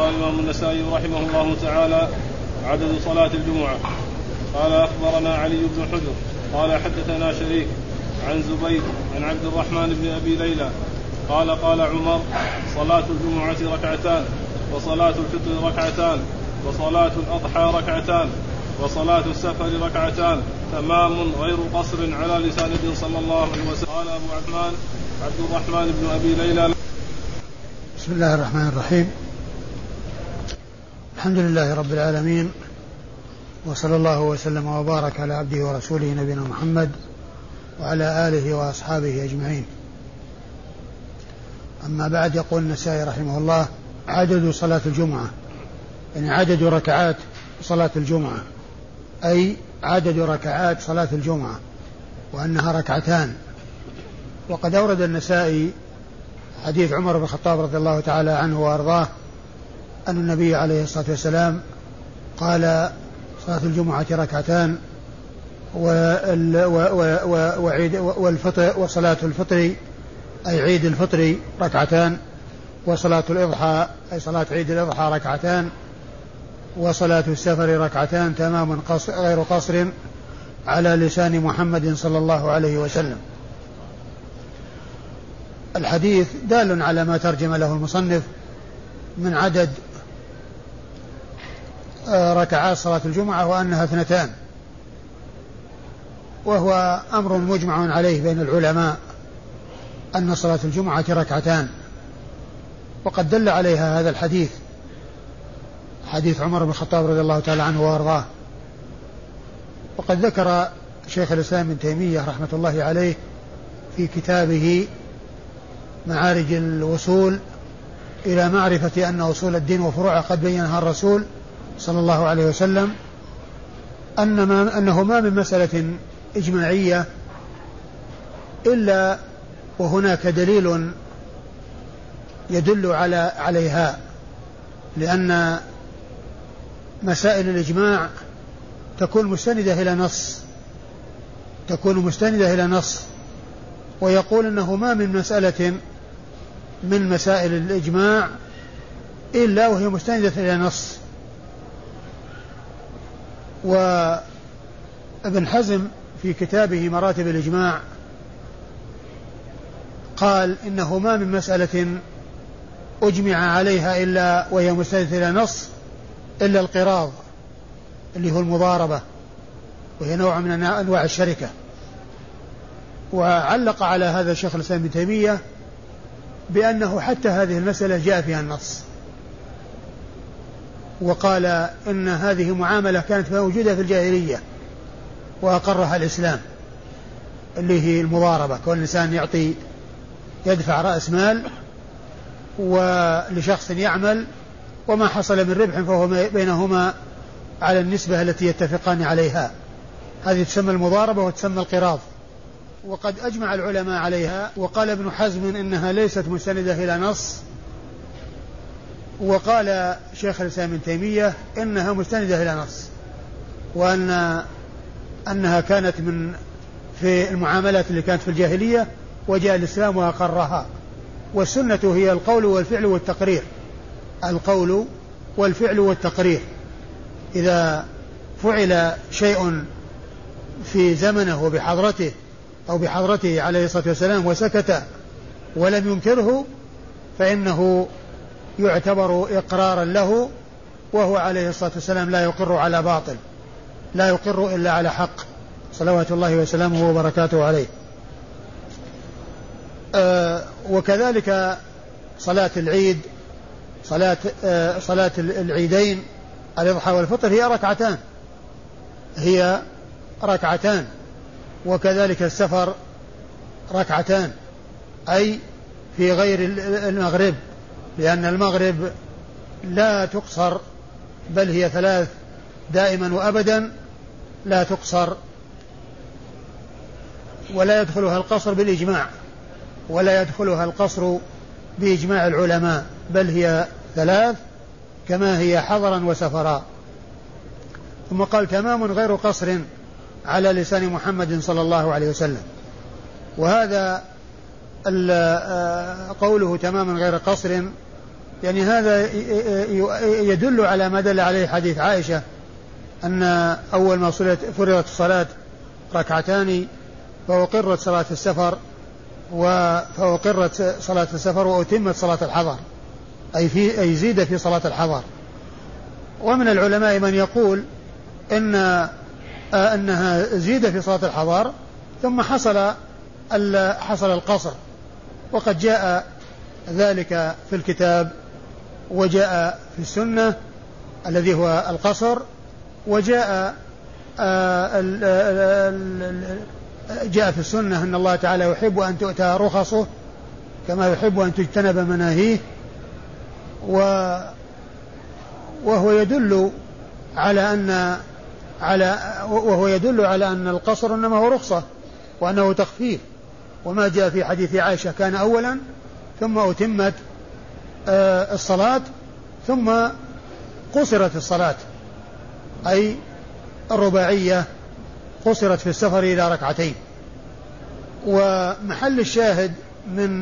قال الإمام النسائي رحمه الله تعالى: عدد صلاة الجمعة. قال: أخبرنا علي بن حجر قال حدثنا شريك عن زبيد عن عبد الرحمن بن أبي ليلى قال: قال عمر: صلاة الجمعة ركعتان، وصلاة الفطر ركعتان، وصلاة الأضحى ركعتان، وصلاة السفر ركعتان، تمام غير قصر على لسان النبي صلى الله عليه وسلم. قال أبو عبد الرحمن بن أبي ليلى: بسم الله الرحمن الرحيم. الحمد لله رب العالمين، وصلى الله وسلم وبارك على عبده ورسوله نبينا محمد وعلى آله وأصحابه أجمعين. أما بعد، يقول النسائي رحمه الله: عدد صلاة الجمعة، يعني عدد ركعات صلاة الجمعة، أي عدد ركعات صلاة الجمعة، وأنها ركعتان. وقد أورد النسائي حديث عمر بن الخطاب رضي الله تعالى عنه وأرضاه أن النبي عليه الصلاة والسلام قال: صلاة الجمعة ركعتان، والفطر وصلاة الفطر أي عيد الفطر ركعتان، وصلاة الإضحى أي صلاة عيد الإضحى ركعتان، وصلاة السفر ركعتان، تمام غير قصر على لسان محمد صلى الله عليه وسلم. الحديث دال على ما ترجم له المصنف من عدد ركعات صلاة الجمعة، وأنها 2، وهو أمر مجمع عليه بين العلماء أن صلاة الجمعة ركعتان. وقد دل عليها هذا الحديث، حديث عمر بن الخطاب رضي الله تعالى عنه وأرضاه. وقد ذكر شيخ الإسلام ابن تيمية رحمة الله عليه في كتابه معارج الوصول إلى معرفة أن أصول الدين وفروعه قد بينها الرسول صلى الله عليه وسلم، أنه ما من مسألة إجماعية إلا وهناك دليل يدل عليها، لأن مسائل الإجماع تكون مستندة إلى نص، ويقول أنه ما من مسألة من مسائل الإجماع إلا وهي مستندة إلى نص. وابن حزم في كتابه مراتب الإجماع قال إنه ما من مسألة أجمع عليها إلا وهي مستندة إلى نص إلا القراض اللي هو المضاربة، وهي نوع من أنواع الشركة. وعلق على هذا الشيخ الإسلام ابن تيمية بأنه حتى هذه المسألة جاء فيها النص، وقال إن هذه معاملة كانت موجودة في الجاهلية وأقرها الإسلام، اللي هي المضاربة، كون الإنسان يدفع رأس مال ولشخص يعمل، وما حصل من ربح فهو بينهما على النسبة التي يتفقان عليها. هذه تسمى المضاربة وتسمى القراض. وقد أجمع العلماء عليها. وقال ابن حزم إنها ليست مستندة إلى نص، وقال شيخ الإسلام ابن تيمية إنها مستندة إلى نص، وأنها كانت في المعاملات اللي كانت في الجاهلية، وجاء الإسلام وأقرها. والسنة هي القول والفعل والتقرير، القول والفعل والتقرير. إذا فعل شيء في زمنه وبحضرته أو بحضرته عليه الصلاة والسلام وسكت ولم ينكره، فإنه يعتبر إقرارا له، وهو عليه الصلاة والسلام لا يقر على باطل، لا يقر إلا على حق، صلوات الله وسلامه وبركاته عليه. وكذلك صلاة العيد، صلاة العيدين الإضحى والفطر هي ركعتان، وكذلك السفر ركعتان، أي في غير المغرب، لأن المغرب لا تقصر، بل هي 3 دائما وأبدا لا تقصر، ولا يدخلها القصر بالإجماع، ولا يدخلها القصر بإجماع العلماء، بل هي 3 كما هي حضرا وسفرا. ثم قال: تمام غير قصر على لسان محمد صلى الله عليه وسلم. وهذا قوله تماما غير قصر يعني هذا يدل على ما دل عليه حديث عائشة أن أول ما فرضت الصلاة ركعتان فأقرت صلاة السفر فأقرت صلاة السفر وأتمت صلاة الحضر، أي زيد في صلاة الحضر. ومن العلماء من يقول أنها زيد في صلاة الحضر ثم حصل القصر، وقد جاء ذلك في الكتاب وجاء في السنة الذي هو القصر، وجاء جاء في السنة أن الله تعالى يحب أن تؤتى رخصه كما يحب أن تجتنب مناهيه، وهو يدل على أن القصر إنما هو رخصة وأنه تخفيف، وما جاء في حديث عائشة كان أولا ثم أتمت الصلاة ثم قصرت الصلاة، أي الرباعية قصرت في السفر إلى ركعتين. ومحل الشاهد من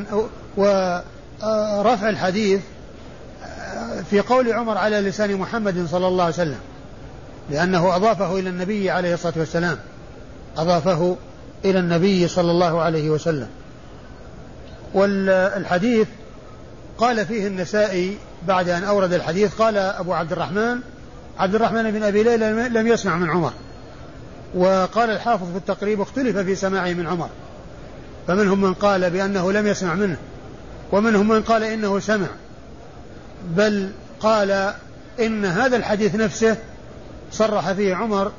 ورفع الحديث في قول عمر على لسان محمد صلى الله عليه وسلم، لأنه أضافه إلى النبي عليه الصلاة والسلام، أضافه إلى النبي صلى الله عليه وسلم. والحديث قال فيه النسائي بعد أن أورد الحديث قال أبو عبد الرحمن بن أبي ليلى لم يسمع من عمر. وقال الحافظ في التقريب اختلف في سماعه من عمر، فمنهم من قال بأنه لم يسمع منه، ومنهم من قال إنه سمع، بل قال إن هذا الحديث نفسه صرح فيه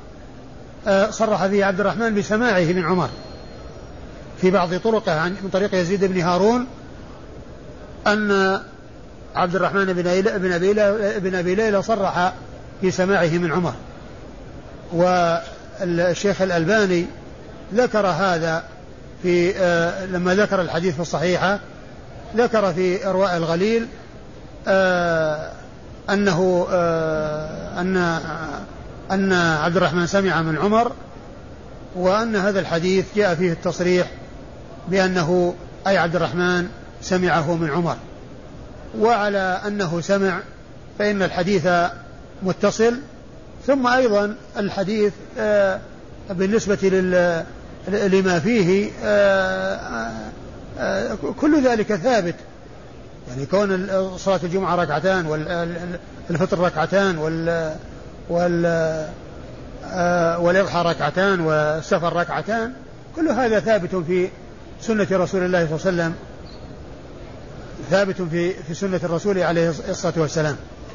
عبد الرحمن بسماعه من عمر في بعض طرقه من طريق يزيد بن هارون أن عبد الرحمن بن أبي ليلى صرح في سماعه من عمر. والشيخ الألباني ذكر هذا في لما ذكر الحديث في الصحيحة، ذكر في إرواء الغليل أن عبد الرحمن سمع من عمر، وأن هذا الحديث جاء فيه التصريح بأنه أي عبد الرحمن سمعه من عمر. وعلى أنه سمع فإن الحديث متصل. ثم أيضا الحديث بالنسبة لما فيه كل ذلك ثابت، يعني كون صلاة الجمعة ركعتان والفطر ركعتان والإضحى ركعتان والسفر ركعتان، كل هذا ثابت في سنة رسول الله صلى الله عليه وسلم، ثابت في سنة الرسول عليه الصلاة والسلام.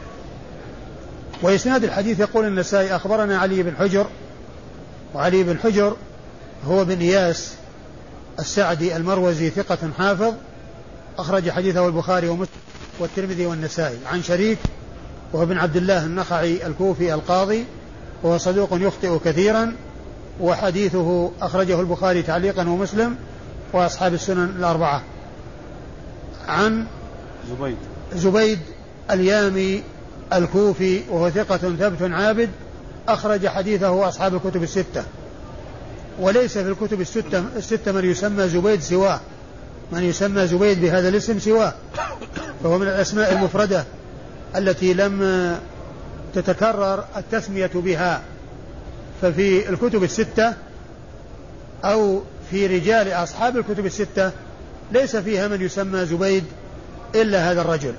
وإسناد الحديث يقول النسائي أخبرنا علي بن حجر، وعلي بن حجر هو بن إياس السعدي المروزي ثقة حافظ، أخرج حديثه البخاري ومسلم والترمذي والنسائي، عن شريك وهو بن عبد الله النخعي الكوفي القاضي، وهو صدوق يخطئ كثيرا، وحديثه أخرجه البخاري تعليقا ومسلم وأصحاب السنن الأربعة. عن زبيد اليامي الكوفي وهو ثقة ثبت عابد، أخرج حديثه أصحاب الكتب الستة، وليس في الكتب الستة من يسمى زبيد سواه، من يسمى زبيد بهذا الاسم سواه، فهو من الأسماء المفردة التي لم تتكرر التسمية بها. ففي الكتب الستة أو في رجال أصحاب الكتب الستة ليس فيها من يسمى زبيد إلا هذا الرجل.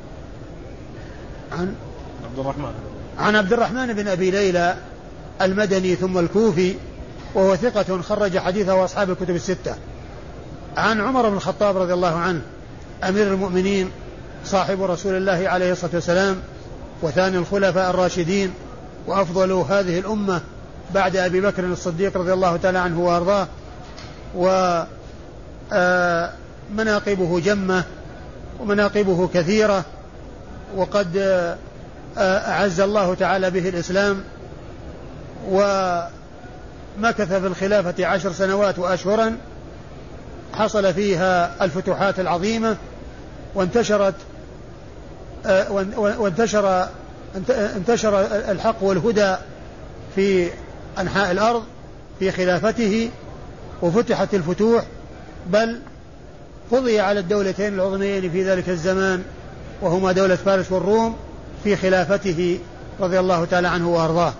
عن عبد الرحمن بن أبي ليلى المدني ثم الكوفي، وهو ثقة خرج حديثه أصحاب الكتب الستة. عن عمر بن الخطاب رضي الله عنه أمير المؤمنين صاحب رسول الله عليه الصلاة والسلام وثاني الخلفاء الراشدين وأفضل هذه الأمة بعد أبي بكر الصديق رضي الله تعالى عنه وأرضاه، ومناقبه جمة ومناقبه كثيرة، وقد أعز الله تعالى به الإسلام، ومكث في الخلافة 10 سنوات وأشهرا حصل فيها الفتوحات العظيمة، وانتشر الحق والهدى في أنحاء الأرض في خلافته، وفتحت الفتوح، بل قضي على الدولتين العظميين في ذلك الزمان وهما دولة فارس والروم في خلافته رضي الله تعالى عنه وأرضاه.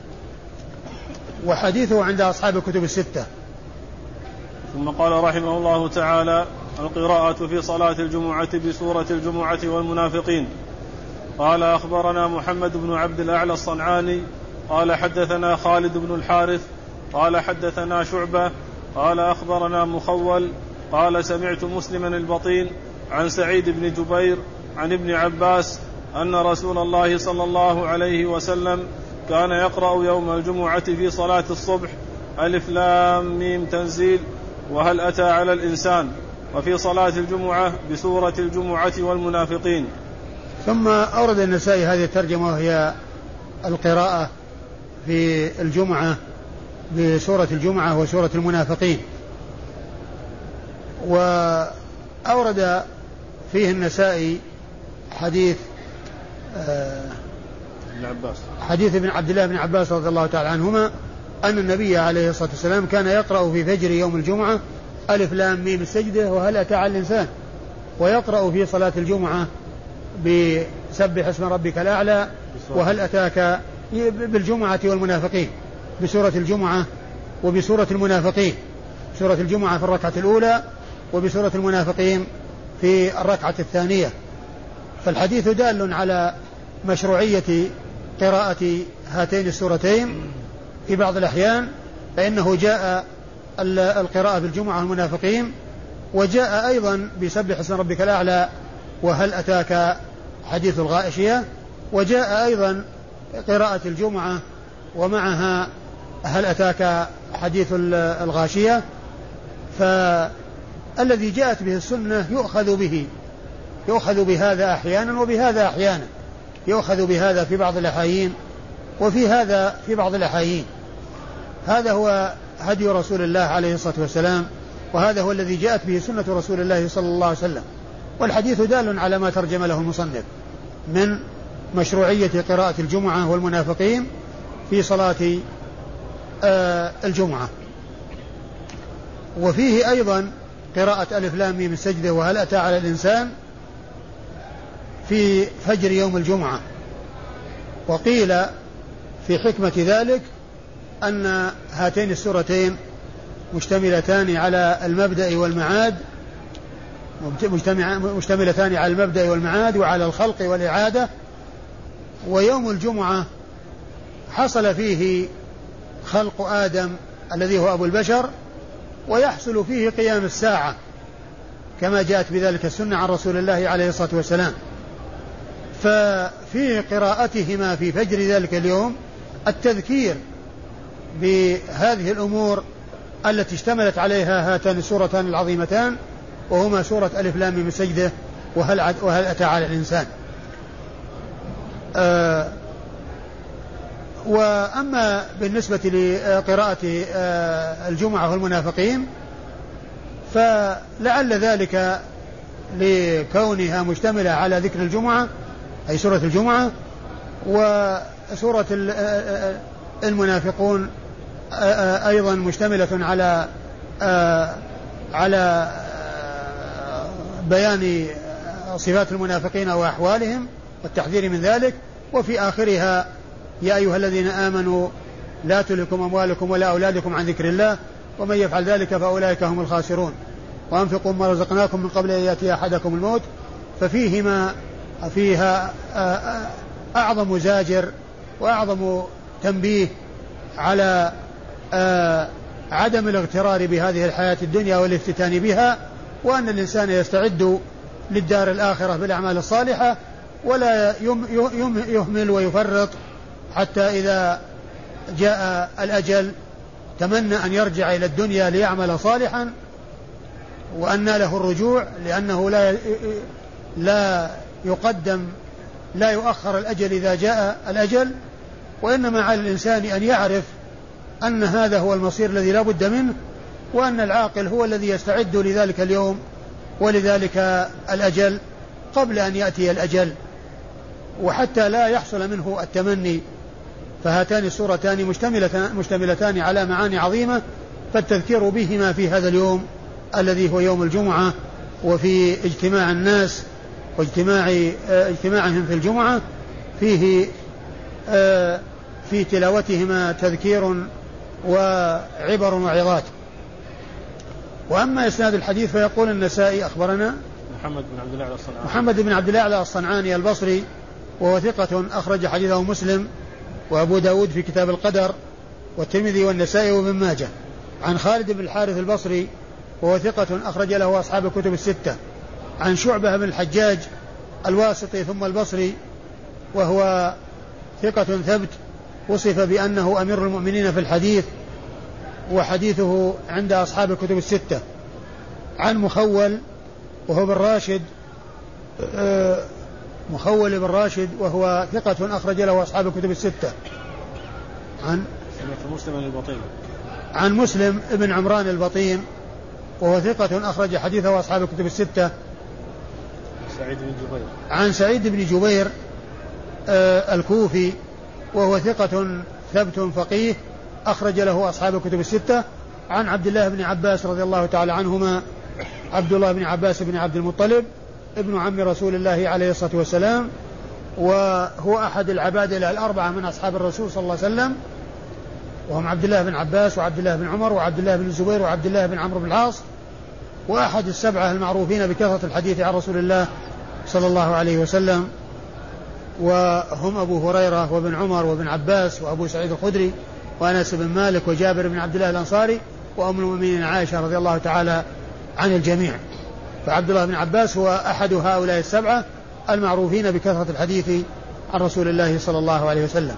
وحديثه عند أصحاب الكتب الستة. ثم قال رحمه الله تعالى: القراءة في صلاة الجمعة بسورة الجمعة والمنافقين. قال: أخبرنا محمد بن عبد الأعلى الصنعاني قال: حدثنا خالد بن الحارث قال: حدثنا شعبة قال: أخبرنا مخول قال: سمعت مسلما البطين عن سعيد بن جبير عن ابن عباس أن رسول الله صلى الله عليه وسلم كان يقرأ يوم الجمعة في صلاة الصبح ألف لام ميم تنزيل وهل أتى على الإنسان، وفي صلاة الجمعة بسورة الجمعة والمنافقين. ثم أورد النسائي هذه الترجمة وهي القراءة في الجمعة بسورة الجمعة وسورة المنافقين. وأورد فيه النسائي حديث ابن عبد الله بن عباس رضي الله تعالى عنهما أن النبي عليه الصلاة والسلام كان يقرأ في فجر يوم الجمعة ألف لام ميم السجدة وهل أتى على الإنسان، ويقرأ في صلاة الجمعة بسبح اسم ربك الأعلى وهل أتاك بالجمعة والمنافقين، بسورة الجمعة وبسورة المنافقين، سورة الجمعة في الركعة الأولى وبسورة المنافقين في الركعة الثانية. فالحديث دال على مشروعية قراءة هاتين السورتين في بعض الأحيان، فإنه جاء القراءة بالجمعة والمنافقين، وجاء أيضا بسبح اسم ربك الأعلى وهل أتاك حديث الغاشية، وجاء أيضا قراءة الجمعة ومعها هل أتاك حديث الغاشية. فالذي جاءت به السنة يؤخذ بهذا أحيانا وبهذا أحيانا، يؤخذ بهذا في بعض الأحايين وفي هذا في بعض الأحايين. هذا هو هدي رسول الله عليه الصلاة والسلام، وهذا هو الذي جاءت به سنة رسول الله صلى الله عليه وسلم. والحديث دال على ما ترجم له المصنف من مشروعية قراءة الجمعة والمنافقين في صلاة الجمعة. وفيه أيضا قراءة ألف لام ميم السجدة وهل أتى على الإنسان في فجر يوم الجمعة. وقيل في حكمة ذلك أن هاتين السورتين مشتملتان على المبدأ والمعاد، مشتملتان على المبدأ والمعاد وعلى الخلق والإعادة. ويوم الجمعة حصل فيه خلق آدم الذي هو أبو البشر، ويحصل فيه قيام الساعة كما جاءت بذلك السنة عن رسول الله عليه الصلاة والسلام. ففي قراءتهما في فجر ذلك اليوم التذكير بهذه الأمور التي اشتملت عليها هاتان السورتان العظيمتان، وهما سورة ألف لام ميم السجدة وهل أتى على الإنسان. وأما بالنسبة لقراءة الجمعة والمنافقين فلعل ذلك لكونها مشتملة على ذكر الجمعة أي سورة الجمعة، وسورة المنافقون أيضا مشتملة على بيان صفات المنافقين وأحوالهم والتحذير من ذلك. وفي آخرها يا أيها الذين آمنوا لا تلهكم أموالكم ولا أولادكم عن ذكر الله ومن يفعل ذلك فأولئك هم الخاسرون وأنفقوا ما رزقناكم من قبل أن يأتي أحدكم الموت. فيها أعظم زاجر وأعظم تنبيه على عدم الاغترار بهذه الحياة الدنيا والافتتان بها، وأن الإنسان يستعد للدار الآخرة بالأعمال الصالحة ولا يهمل ويفرط حتى إذا جاء الأجل تمنى أن يرجع إلى الدنيا ليعمل صالحا وأن له الرجوع، لأنه لا يؤخر الأجل إذا جاء الأجل، وإنما على الإنسان أن يعرف أن هذا هو المصير الذي لا بد منه، وأن العاقل هو الذي يستعد لذلك اليوم ولذلك الأجل قبل أن يأتي الأجل، وحتى لا يحصل منه التمني. فهاتان السورتان مشتملتان على معاني عظيمة، فالتذكير بهما في هذا اليوم الذي هو يوم الجمعة وفي اجتماع الناس اجتماعهم في الجمعة فيه في تلاوتهما تذكير وعبر وعظات. وأما إسناد الحديث فيقول النسائي أخبرنا محمد بن عبد الأعلى الصنعاني البصري وهو ثقة أخرج حديثه مسلم وأبو داود في كتاب القدر والترمذي والنسائي وابن ماجه، عن خالد بن الحارث البصري وهو ثقة أخرج له أصحاب الكتب الستة، عن شعبة بن الحجاج الواسطي ثم البصري وهو ثقة ثبت وصف بأنه أمير المؤمنين في الحديث وحديثه عند أصحاب الكتب الستة، عن مخول وهو بن راشد مخول بن راشد وهو ثقة أخرج له أصحاب الكتب الستة، عن مسلم ابن عمران البطين وهو ثقة أخرج حديثه أصحاب الكتب الستة، عن سعيد بن جبير الكوفي وهو ثقة ثبت فقيه أخرج له أصحاب الكتب الستة، عن عبد الله بن عباس رضي الله تعالى عنهما، عبد الله بن عباس بن عبد المطلب ابن عم رسول الله عليه الصلاة والسلام، وهو أحد العبادلة الأربعة من أصحاب الرسول صلى الله عليه وسلم، وهم عبد الله بن عباس وعبد الله بن عمر وعبد الله بن الزبير وعبد الله بن عمرو بن العاص، وأحد السبعة المعروفين بكثرة الحديث عن رسول الله صلى الله عليه وسلم، وهم أبو هريرة وابن عمر وابن عباس وأبو سعيد الخدري وأنس بن مالك وجابر بن عبد الله الأنصاري وأم المؤمنين عائشة رضي الله تعالى عن الجميع. فعبد الله بن عباس هو أحد هؤلاء السبعة المعروفين بكثرة الحديث عن رسول الله صلى الله عليه وسلم.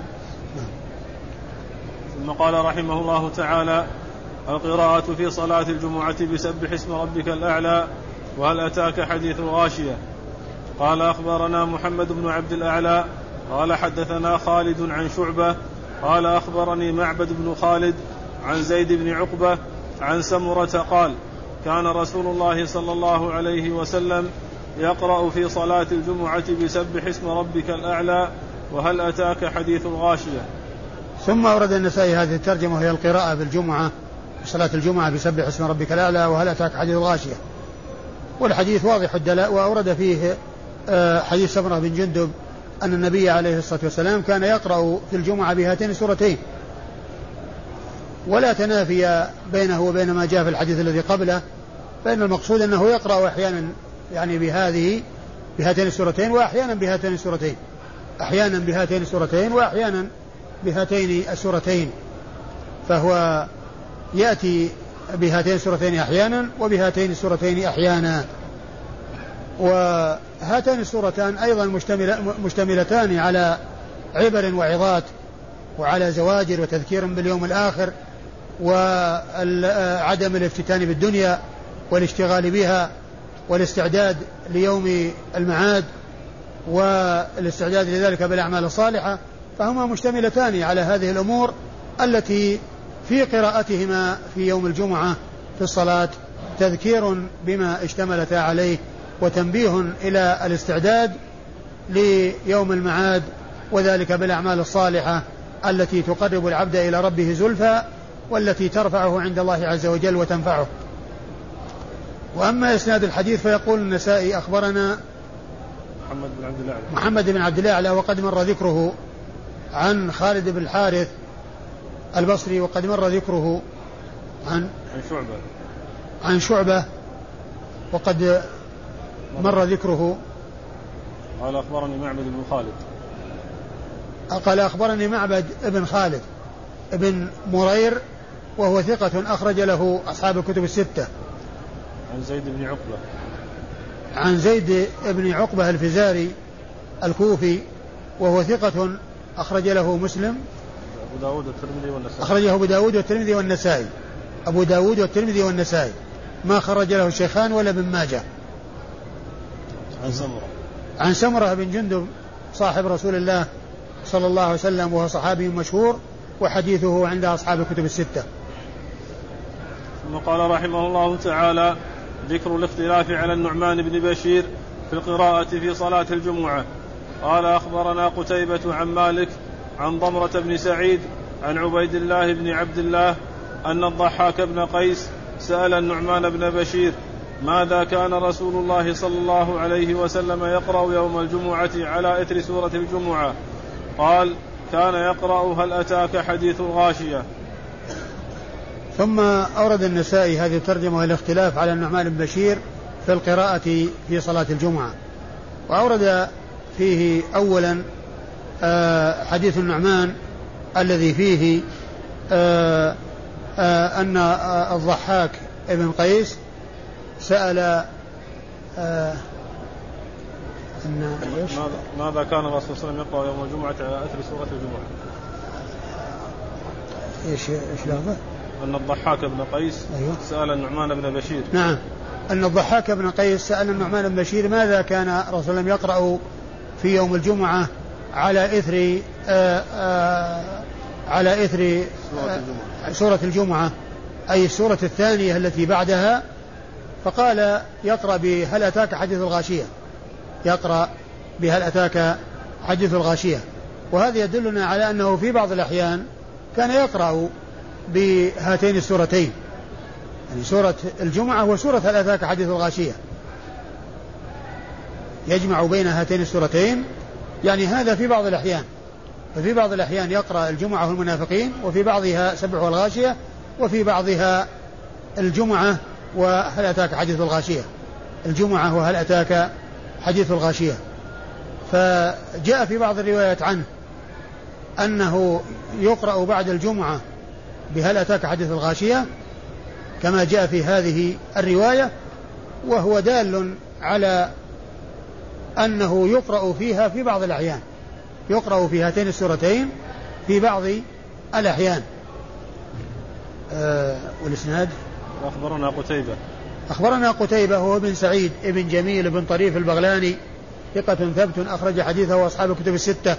ثم قال رحمه الله تعالى: القراءة في صلاة الجمعة بسبح اسم ربك الأعلى وهل أتاك حديث الغاشية. قال أخبرنا محمد بن عبد الأعلى قال حدثنا خالد عن شعبة قال أخبرني معبد بن خالد عن زيد بن عقبة عن سمرة قال: كان رسول الله صلى الله عليه وسلم يقرأ في صلاة الجمعة بسبح اسم ربك الأعلى وهل أتاك حديث الغاشية. ثم أورد النسائي هذه الترجمة وهي القراءة بالجمعة صلاة الجمعة بسبح اسم ربك الأعلى وهل أتاك حديث الغاشية. والحديث واضح الدلالة، وأورد فيه حديث سمرة بن جندب أن النبي عليه الصلاة والسلام كان يقرأ في الجمعة بهاتين السورتين، ولا تنافي بينه وبين ما جاء في الحديث الذي قبله، فإن المقصود أنه يقرأ أحيانا يعني بهاتين السورتين وأحيانا بهاتين السورتين، أحيانا بهاتين السورتين وأحيانا بهاتين السورتين، فهو يأتي بهاتين السورتين أحيانا وبهاتين السورتين أحيانا. وهاتين السورتان أيضا مشتملتان على عبر وعظات وعلى زواجر وتذكير باليوم الآخر وعدم الافتتان بالدنيا والاشتغال بها والاستعداد ليوم المعاد والاستعداد لذلك بالأعمال الصالحة، فهما مشتملتان على هذه الأمور التي في قراءتهما في يوم الجمعة في الصلاة تذكير بما اشتملتا عليه وتنبيه إلى الاستعداد ليوم المعاد، وذلك بالأعمال الصالحة التي تقرب العبد إلى ربه زلفى والتي ترفعه عند الله عز وجل وتنفعه. وأما إسناد الحديث فيقول النسائي أخبرنا محمد بن عبد الأعلى وقد مر ذكره، عن خالد بن الحارث البصري وقد مر ذكره، عن شعبة وقد مر ذكره. قال أخبرني معبد بن خالد، قال أخبرني معبد بن خالد بن مرير وهو ثقة أخرج له أصحاب الكتب الستة. عن زيد بن عقبة، عن زيد بن عقبة الفزاري الكوفي وهو ثقة أخرج له مسلم أبو داود والترمذي والنسائي، أخرجه أبو داود والترمذي والنسائي، أبو داود والترمذي والنسائي، ما خرج له الشيخان ولا ابن ماجه. عن سمرة بن جندب صاحب رسول الله صلى الله عليه وسلم وهو صحابي مشهور وحديثه عند أصحاب الكتب الستة. ثم قال رحمه الله تعالى: ذكر الاختلاف على النعمان بن بشير في القراءة في صلاة الجمعة. قال أخبرنا قتيبة عن مالك عن ضمرة بن سعيد عن عبيد الله بن عبد الله أن الضحاك بن قيس سأل النعمان بن بشير ماذا كان رسول الله صلى الله عليه وسلم يقرأ يوم الجمعة على إثر سورة الجمعة؟ قال كان يقرأ هل أتاك حديث الغاشية. ثم أورد النسائي هذه الترجمة والاختلاف على النعمان بن بشير في القراءة في صلاة الجمعة، وأورد فيه أولا حديث النعمان الذي فيه أن الضحاك ابن قيس سأل ماذا كان الرسول صلى الله عليه وسلم يقرأ يوم الجمعة على أثر سورة الجمعة؟ إيش لفظه؟ أن الضحاك بن قيس سأل النعمان بن بشير. نعم، أن الضحاك بن قيس سأل النعمان بن بشير ماذا كان الرسول صلى الله عليه وسلم يقرأ في يوم الجمعة على إثر سورة الجمعة، أي السورة الثانية التي بعدها، فقال يقرأ بهل أتاك حديث الغاشية، يقرأ بهل أتاك حديث الغاشية. وهذا يدلنا على أنه في بعض الأحيان كان يقرأ بهاتين السورتين، يعني سورة الجمعة وسورة هل أتاك حديث الغاشية، يجمع بين هاتين السورتين، يعني هذا في بعض الأحيان. ففي بعض الأحيان يقرأ الجمعة والمنافقين، وفي بعضها سبح والغاشية، وفي بعضها الجمعة وهل أتاك حديث الغاشية، الجمعة وهل أتاك حديث الغاشية. فجاء في بعض الروايات عنه أنه يقرأ بعد الجمعة بهل أتاك حديث الغاشية كما جاء في هذه الرواية، وهو دال على أنه يقرأ فيها في بعض الأحيان، يقرأ في هاتين السورتين في بعض الأحيان. والإسناد أخبرنا قتيبة هو بن سعيد ابن جميل بن طريف البغلاني ثقة ثبت أخرج حديثه وأصحاب الكتب الستة.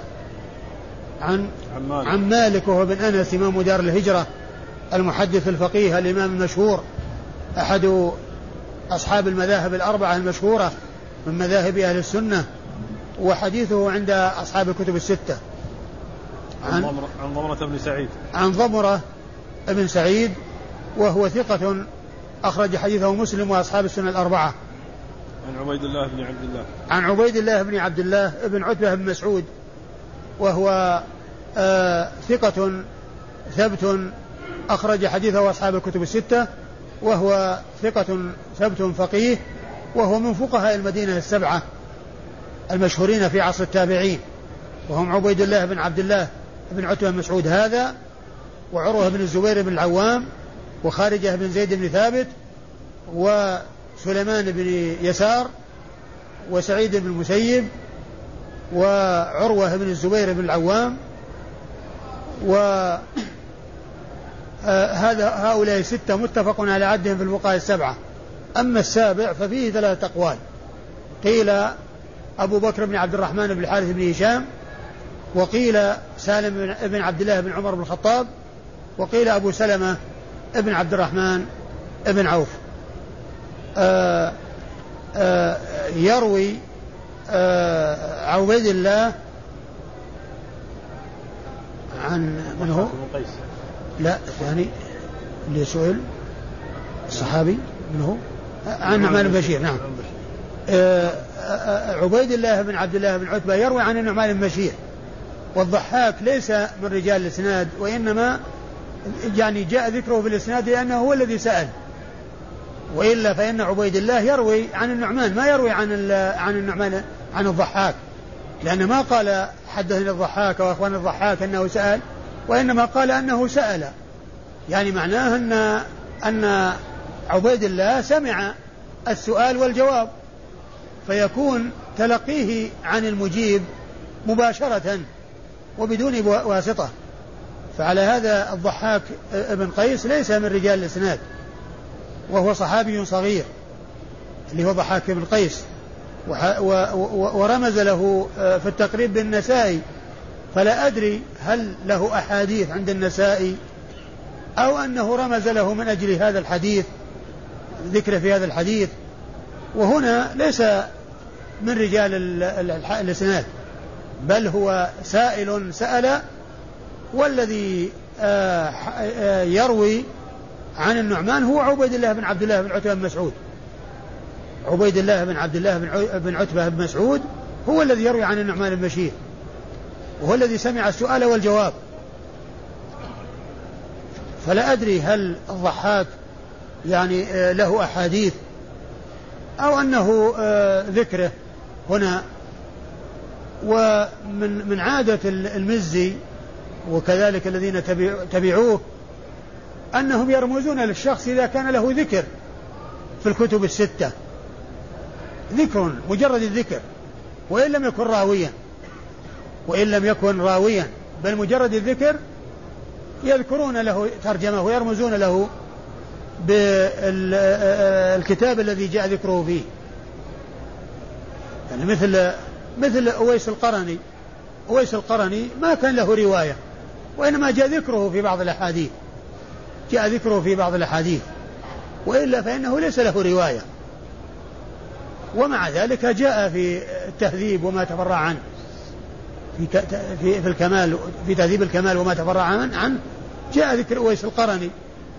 عن مالك وهو بن أنس إمام دار الهجرة المحدث الفقيه الإمام المشهور أحد أصحاب المذاهب الأربعة المشهورة من مذاهب أهل السنة، وحديثه عند أصحاب الكتب الستة. عن ضمرة بن سعيد. عن ضمرة بن سعيد وهو ثقة أخرج حديثه مسلم وأصحاب السنة الأربعة. عن عبيد الله بن عبد الله. عن عبيد الله بن عبد الله بن عتبة بن مسعود وهو ثقة ثبت أخرج حديثه أصحاب الكتب الستة، وهو ثقة ثبت فقيه، وهو من فقهاء المدينة السبعة المشهورين في عصر التابعين، وهم عبيد الله بن عبد الله بن عتبة بن مسعود هذا، وعروة بن الزبير بن العوام، وخارجة بن زيد بن ثابت، وسليمان بن يسار، وسعيد بن المسيب، وعروة بن الزبير بن العوام، هؤلاء ستة متفق على عدهم في الفقهاء السبعة. أما السابع ففيه ثلاثة أقوال، قيل أبو بكر بن عبد الرحمن بن الحارث بن هشام، وقيل سالم بن عبد الله بن عمر بن الخطاب، وقيل أبو سلمة بن عبد الرحمن بن عوف. يروي عبيد الله عن من هو؟ لا الثاني اللي سئل الصحابي من هو؟ عن نعمان بن بشير. نعم. عبيد الله بن عبد الله بن عتبة يروي عن النعمان بن بشير، والضحاك ليس من رجال الإسناد، وإنما يعني جاء ذكره في الإسناد لأنه هو الذي سأل، وإلا فإن عبيد الله يروي عن النعمان، ما يروي عن النعمان عن الضحاك، لأن ما قال حدثني الضحاك وأخوان الضحاك أنه سأل، وإنما قال أنه سأل، يعني معناه أن عبيد الله سمع السؤال والجواب، فيكون تلقيه عن المجيب مباشرة وبدون واسطة. فعلى هذا الضحاك ابن قيس ليس من رجال الإسناد، وهو صحابي صغير اللي هو ضحاك ابن قيس، ورمز له في التقريب بالنسائي، فلا أدري هل له أحاديث عند النسائي أو أنه رمز له من أجل هذا الحديث، ذكر في هذا الحديث. وهنا ليس من رجال الإسناد، بل هو سائل سأل، والذي يروي عن النعمان هو عبيد الله بن عبد الله بن عتبة بن مسعود، عبيد الله بن عبد الله بن عتبة بن مسعود هو الذي يروي عن النعمان بن بشير، وهو الذي سمع السؤال والجواب. فلا أدري هل الضحاك يعني له أحاديث أو أنه ذكره هنا. ومن عادة المزي وكذلك الذين تبعوه أنهم يرمزون للشخص إذا كان له ذكر في الكتب الستة، ذكر مجرد الذكر، وإن لم يكن راويا بل مجرد الذكر، يذكرون له ترجمة ويرمزون له بالكتاب الذي جاء ذكره فيه. يعني مثل أويس القرني ما كان له رواية، وإنما جاء ذكره في بعض الأحاديث، وإلا فإنه ليس له رواية. ومع ذلك جاء في التهذيب وما تفرع عنه في الكمال، في تهذيب الكمال وما تفرع عنه جاء ذكر أويس القرني.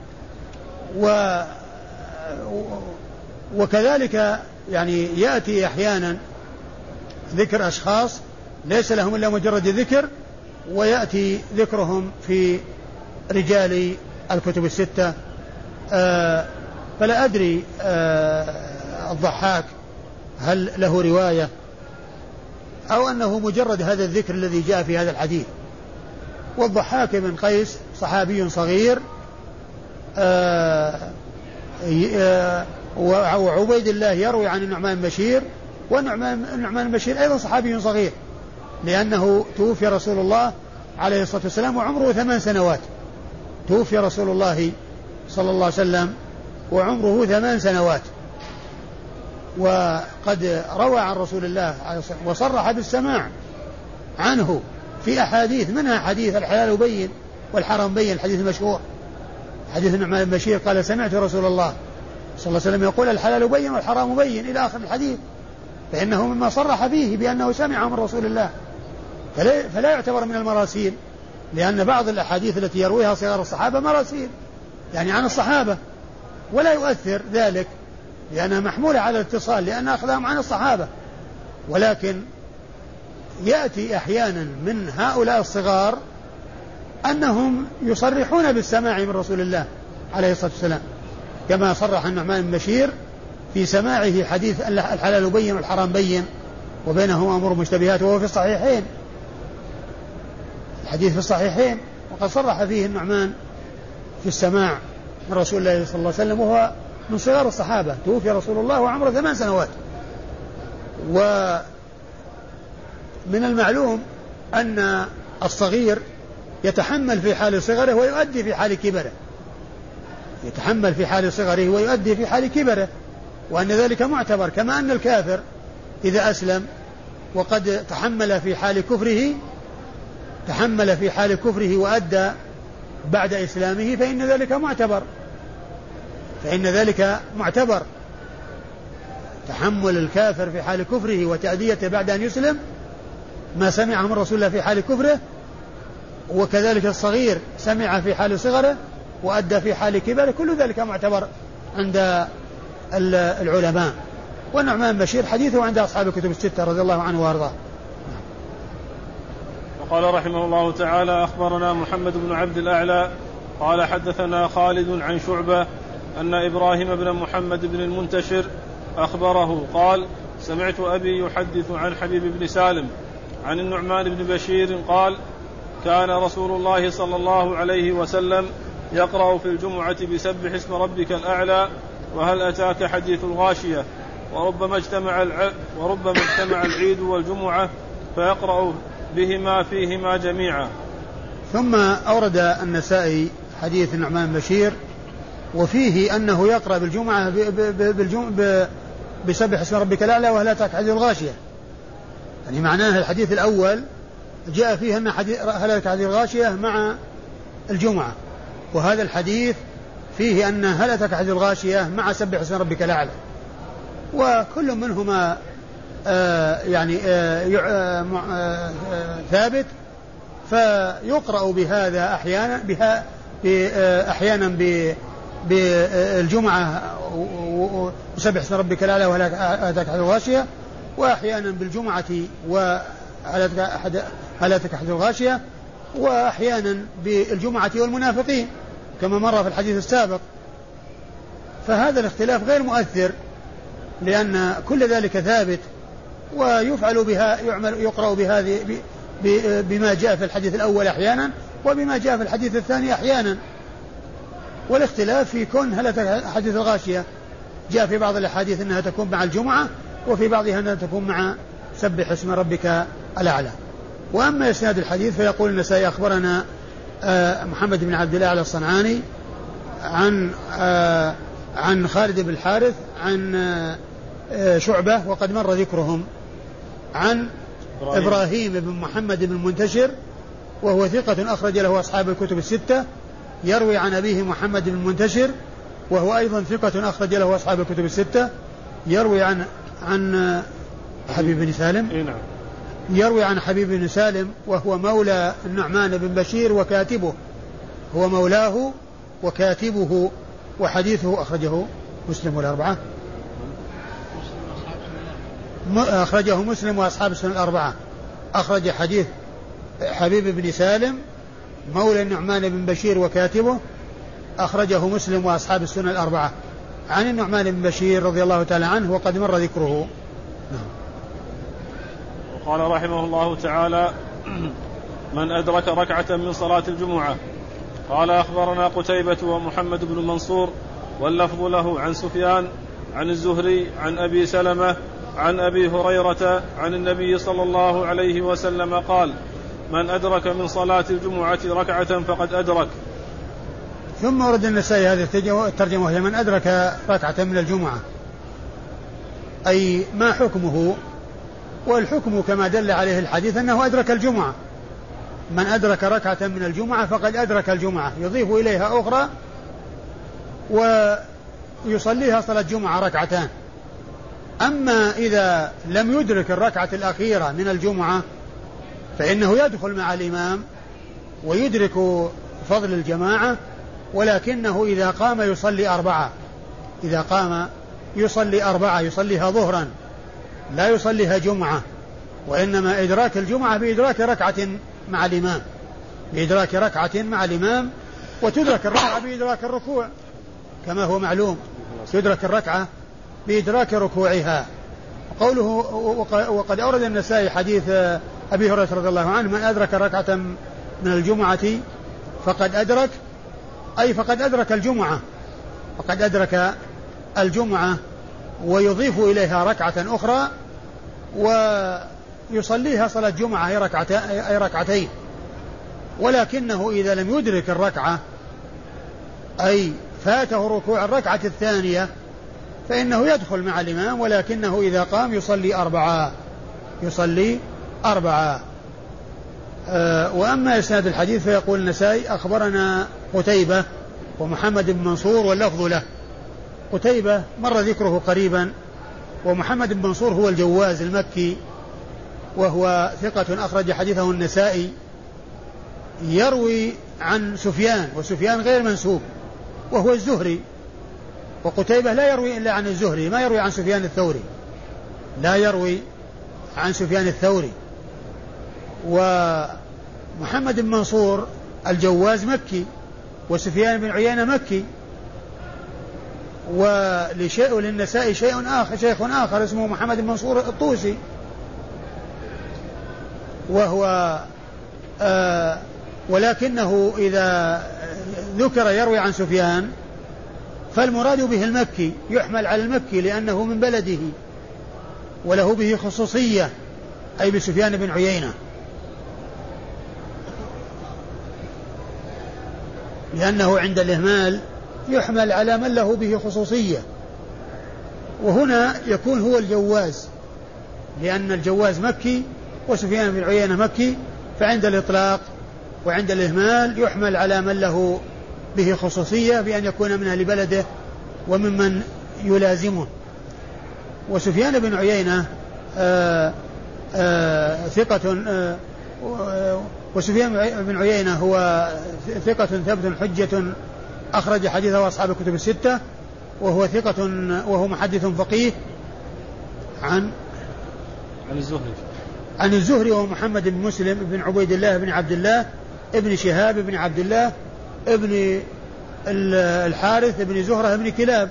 وكذلك يعني يأتي أحيانا ذكر أشخاص ليس لهم إلا مجرد ذكر، ويأتي ذكرهم في رجال الكتب الستة. فلا أدري الضحاك هل له رواية أو أنه مجرد هذا الذكر الذي جاء في هذا الحديث. والضحاك بن قيس صحابي صغير، وعبيد الله يروي عن النعمان بن بشير، والنعمان بن بشير أيضا صحابي صغير، لأنه توفي رسول الله عليه الصلاة والسلام وعمره 8 سنوات. توفي رسول الله صلى الله عليه وسلم وعمره 8 سنوات، وقد روى عن رسول الله وصرح بالسماع عنه في أحاديث، منها حديث الحلال بين والحرام بين، الحديث المشهور حديث النعمان بن بشير قال سمعت رسول الله صلى الله عليه وسلم يقول الحلال بين والحرام بين إلى آخر الحديث، فإنه مما صرح فيه بأنه سمع من رسول الله، فلا يعتبر من المراسيل، لأن بعض الأحاديث التي يرويها صغار الصحابة مراسيل يعني عن الصحابة، ولا يؤثر ذلك لأنها محمولة على الاتصال لأن أخذهم عن الصحابة. ولكن يأتي أحيانا من هؤلاء الصغار أنهم يصرحون بالسماع من رسول الله عليه الصلاة والسلام، كما صرح النعمان بن بشير في سماعه حديث الحلال بين والحرام بين وبينهما أمور مشتبهات، وهو في الصحيحين، الحديث في الصحيحين، وقد صرح فيه النعمان في السماع من رسول الله صلى الله عليه وسلم، وهو من صغار الصحابة، توفي رسول الله وعمره 8 سنوات. ومن المعلوم أن الصغير يتحمل في حال صغره ويؤدي في حال كبره، يتحمل في حال صغره ويؤدي في حال كبره، وأن ذلك معتبر، كما أن الكافر إذا أسلم وقد تحمل في حال كفره وأدى بعد إسلامه فإن ذلك معتبر تحمل الكافر في حال كفره وتأديته بعد أن يسلم ما سمع من رسول الله في حال كفره، وكذلك الصغير سمع في حال صغره وأدى في حال كبره، كل ذلك معتبر عند العلماء. والنعمان بن بشير حديثه عند أصحاب الكتب الستة رضي الله عنه وارضاه. وقال رحمه الله تعالى أخبرنا محمد بن عبد الأعلى قال حدثنا خالد عن شعبة أن إبراهيم بن محمد بن المنتشر أخبره قال سمعت أبي يحدث عن حبيب بن سالم عن النعمان بن بشير قال كان رسول الله صلى الله عليه وسلم يقرأ في الجمعة بسبح اسم ربك الأعلى وهل أتاك حديث الغاشية، وربما اجتمع العيد والجمعة فيقرأ بهما فيهما جميعا. ثم أورد النسائي حديث النعمان بن بشير وفيه أنه يقرأ بالجمعة بسبح اسم ربك الأعلى وهل أتاك حديث الغاشية، يعني معناه الحديث الأول جاء فيه أن هل أتاك حديث الغاشية مع الجمعة، وهذا الحديث فيه أن هل أتاك حديث الغاشية مع سبح اسم ربك الأعلى، وكل منهما ثابت، فيقرأ بهذا أحيانا بالجمعة وسبح اسم ربك الأعلى وهل أتاك حديث الغاشية، وأحيانا بالجمعة وهل أتاك حديث الغاشية، وأحيانا بالجمعة والمنافقين كما مر في الحديث السابق. فهذا الاختلاف غير مؤثر لأن كل ذلك ثابت، ويفعل بها يقرأ بهذه بما جاء في الحديث الأول أحيانا وبما جاء في الحديث الثاني أحيانا. والاختلاف في كون هل حديث الغاشية جاء في بعض الأحاديث أنها تكون مع الجمعة، وفي بعضها أنها تكون مع سبح اسم ربك الأعلى. وأما إسناد الحديث فيقول النسائي أخبرنا محمد بن عبد الله الصنعاني عن خالد بن الحارث عن شعبة وقد مر ذكرهم، عن إبراهيم بن محمد بن المنتشر وهو ثقة أخرج له أصحاب الكتب الستة، يروي عن أبيه محمد بن المنتشر وهو أيضا ثقة أخرج له أصحاب الكتب الستة، يروي عن حبيب بن سالم، يروي عن حبيب بن سالم وهو مولى النعمان بن بشير وكاتبه، هو مولاه وكاتبه، وحديثه أخرجه مسلم والأربعة، أخرجه مسلم وأصحاب السنن الأربعة. أخرج حديث حبيب بن سالم مولى النعمان بن بشير وكاتبه، أخرجه مسلم وأصحاب السنن الأربعة عن النعمان بن بشير رضي الله تعالى عنه وقد مر ذكره. قال رحمه الله تعالى: من أدرك ركعة من صلاة الجمعة. قال أخبرنا قتيبة ومحمد بن منصور واللفظ له عن سفيان عن الزهري عن أبي سلمة عن أبي هريرة عن النبي صلى الله عليه وسلم قال: من أدرك من صلاة الجمعة ركعة فقد أدرك. ثم ورد النسائي هذه الترجمة وهي من أدرك ركعة من الجمعة، أي ما حكمه؟ والحكم كما دل عليه الحديث أنه أدرك الجمعة. من أدرك ركعة من الجمعة فقد أدرك الجمعة، يضيف إليها أخرى ويصليها صلاة الجمعة ركعتان. أما إذا لم يدرك الركعة الأخيرة من الجمعة فإنه يدخل مع الإمام ويدرك فضل الجماعة، ولكنه إذا قام يصلي أربعة، إذا قام يصلي أربعة، يصليها ظهرا لا يصليها جمعة، وإنما إدراك الجمعة بإدراك ركعة مع الإمام، بإدراك ركعة مع الإمام، وتدرك الركعة بإدراك الركوع كما هو معلوم، تدرك الركعة بإدراك ركوعها. قوله وقد أورد النسائي حديث أبي هريرة رضي الله عنه: من أدرك ركعة من الجمعة فقد أدرك، أي فقد أدرك الجمعة، فقد أدرك الجمعة، ويضيف إليها ركعة أخرى ويصليها صلاة جمعة أي ركعتين. ولكنه إذا لم يدرك الركعة أي فاته ركوع الركعة الثانية فإنه يدخل مع الإمام، ولكنه إذا قام يصلي أربعة. وأما إسناد الحديث فيقول النسائي: أخبرنا قتيبة ومحمد بن منصور واللفظ له. قتيبة مر ذكره قريبا، ومحمد بن منصور هو الجواز المكي وهو ثقة أخرج حديثه النسائي، يروي عن سفيان، وسفيان غير منسوب وهو الزهري، وقتيبة لا يروي إلا عن الزهري، ما يروي عن سفيان الثوري، لا يروي عن سفيان الثوري. ومحمد بن منصور الجواز مكي، وسفيان بن عيينة مكي. وللنسائي شيخ آخر اسمه محمد بن منصور الطوسي، وهو ولكنه إذا ذكر يروي عن سفيان فالمراد به المكي، يحمل على المكي لأنه من بلده وله به خصوصية، أي بسفيان بن عيينة، لأنه عند الإهمال يحمل على من له به خصوصية. وهنا يكون هو الجواز، لأن الجواز مكي وسفيان بن عيينة مكي، فعند الإطلاق وعند الإهمال يحمل على من له به خصوصية بأن يكون من أهل بلده وممن يلازمه. وسفيان بن عيينة ثقة، وسفيان بن عيينة هو ثقة ثبت حجة أخرج حديثه أصحاب الكتب الستة، وهو ثقة وهو محدث فقيه. عن الزهري وهو محمد بن مسلم بن عبيد الله بن عبد الله ابن شهاب بن عبد الله ابن الحارث بن زهرة بن كلاب،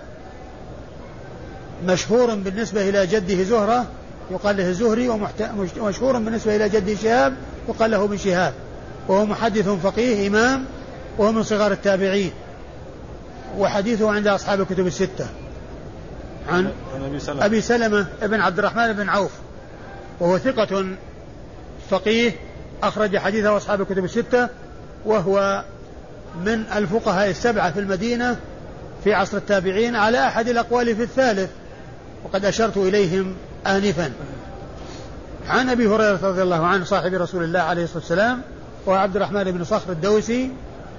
مشهور بالنسبة إلى جده زهرة يقال له الزهري، ومشهور بالنسبة إلى جده شهاب يقال له ابن شهاب، وهو محدث فقيه إمام، وهو من صغار التابعين، وحديثه عند أصحاب الكتب الستة. عن أبي سلمة بن عبد الرحمن بن عوف، وهو ثقة فقيه أخرج حديثه أصحاب الكتب الستة، وهو من الفقهاء السبعة في المدينة في عصر التابعين على أحد الأقوال في الثالث، وقد أشرت إليهم آنفا. عن أبي هريرة رضي الله عنه صاحب رسول الله عليه الصلاة والسلام، وعبد الرحمن بن صخر الدوسي،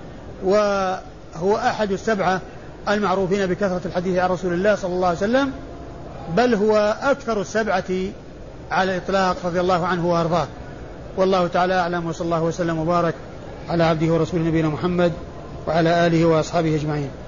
وهو أحد السبعة المعروفين بكثرة الحديث عن رسول الله صلى الله عليه وسلم، بل هو أكثر السبعة على الإطلاق رضي الله عنه وأرضاه. والله تعالى أعلم، وصلى الله وسلم وبارك على عبده ورسوله نبينا محمد وعلى آله وأصحابه أجمعين.